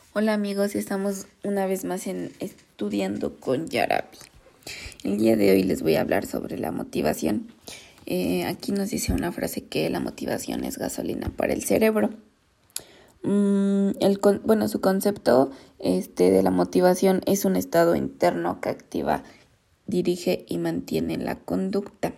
Hola amigos, estamos una vez más en Estudiando con Yarabi. El día de hoy les voy a hablar sobre la motivación. Aquí nos dice una frase que la motivación es gasolina para el cerebro. Su concepto de la motivación es un estado interno que activa, dirige y mantiene la conducta.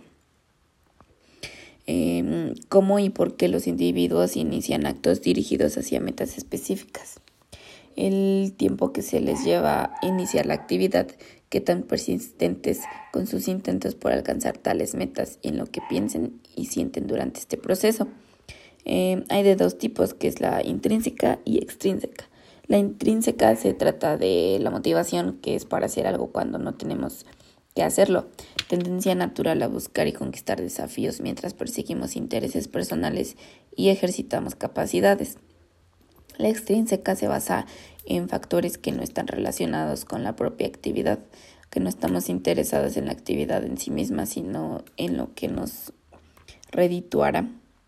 Cómo y por qué los individuos inician actos dirigidos hacia metas específicas. El tiempo que se les lleva a iniciar la actividad, qué tan persistentes con sus intentos por alcanzar tales metas y en lo que piensen y sienten durante este proceso. Hay de dos tipos, que es la intrínseca y extrínseca. La intrínseca se trata de la motivación, que es para hacer algo cuando no tenemos que hacerlo. Tendencia natural a buscar y conquistar desafíos mientras perseguimos intereses personales y ejercitamos capacidades. La extrínseca se basa en factores que no están relacionados con la propia actividad, que no estamos interesados en la actividad en sí misma, sino en lo que nos redituará.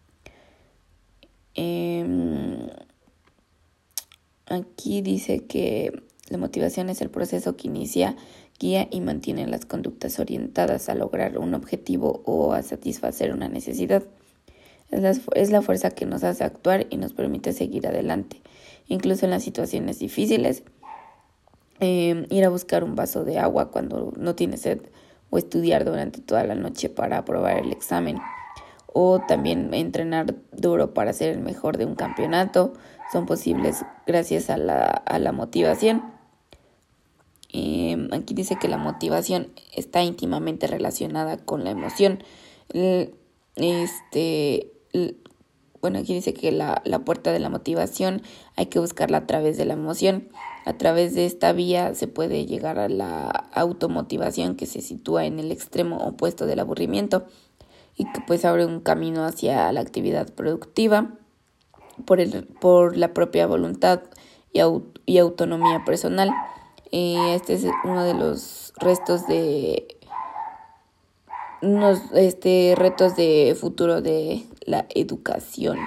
Aquí dice que la motivación es el proceso que inicia, guía y mantiene las conductas orientadas a lograr un objetivo o a satisfacer una necesidad. Es la fuerza que nos hace actuar y nos permite seguir adelante, incluso en las situaciones difíciles. Ir a buscar un vaso de agua cuando no tienes sed, o estudiar durante toda la noche para aprobar el examen, o también entrenar duro para ser el mejor de un campeonato, son posibles gracias a la motivación. Aquí dice que la motivación está íntimamente relacionada con la emoción. Aquí dice que la puerta de la motivación hay que buscarla a través de la emoción. A través de esta vía se puede llegar a la automotivación, que se sitúa en el extremo opuesto del aburrimiento y que pues abre un camino hacia la actividad productiva por la propia voluntad y autonomía personal. Este es uno de los retos de futuro de la educación.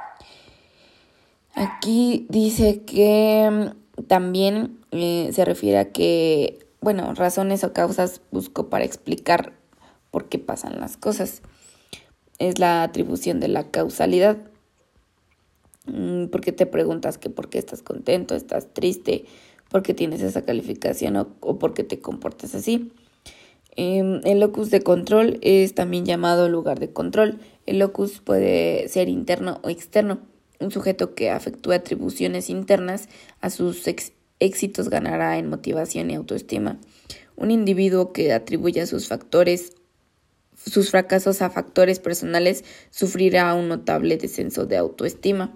Aquí dice que también se refiere a que, razones o causas busco para explicar por qué pasan las cosas. Es la atribución de la causalidad. Porque te preguntas que por qué estás contento, estás triste, por qué tienes esa calificación o por qué te comportas así. El locus de control es también llamado lugar de control. El locus puede ser interno o externo. Un sujeto que efectúa atribuciones internas a sus éxitos ganará en motivación y autoestima. Un individuo que atribuya sus fracasos a factores personales sufrirá un notable descenso de autoestima.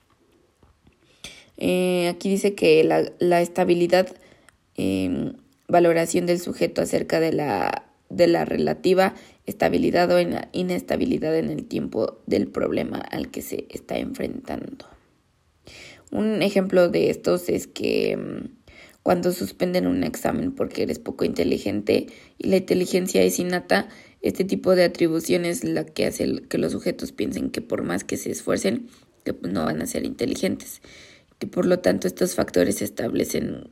Aquí dice que la estabilidad, valoración del sujeto acerca de la relativa estabilidad o inestabilidad en el tiempo del problema al que se está enfrentando. Un ejemplo de estos es que cuando suspenden un examen porque eres poco inteligente y la inteligencia es innata, este tipo de atribución es la que hace que los sujetos piensen que por más que se esfuercen, que no van a ser inteligentes. Que por lo tanto estos factores estables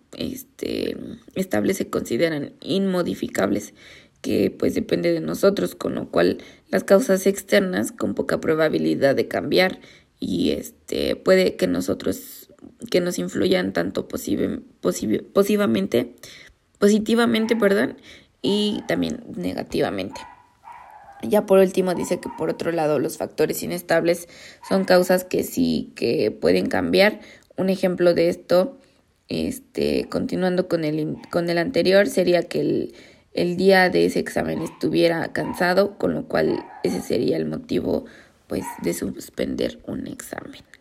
se consideran inmodificables, que pues depende de nosotros, con lo cual las causas externas con poca probabilidad de cambiar y puede que nos influyan tanto positivamente, y también negativamente. Ya por último dice que por otro lado los factores inestables son causas que sí que pueden cambiar. Un ejemplo de esto, continuando con el anterior, sería que el día de ese examen estuviera cansado, con lo cual ese sería el motivo pues de suspender un examen.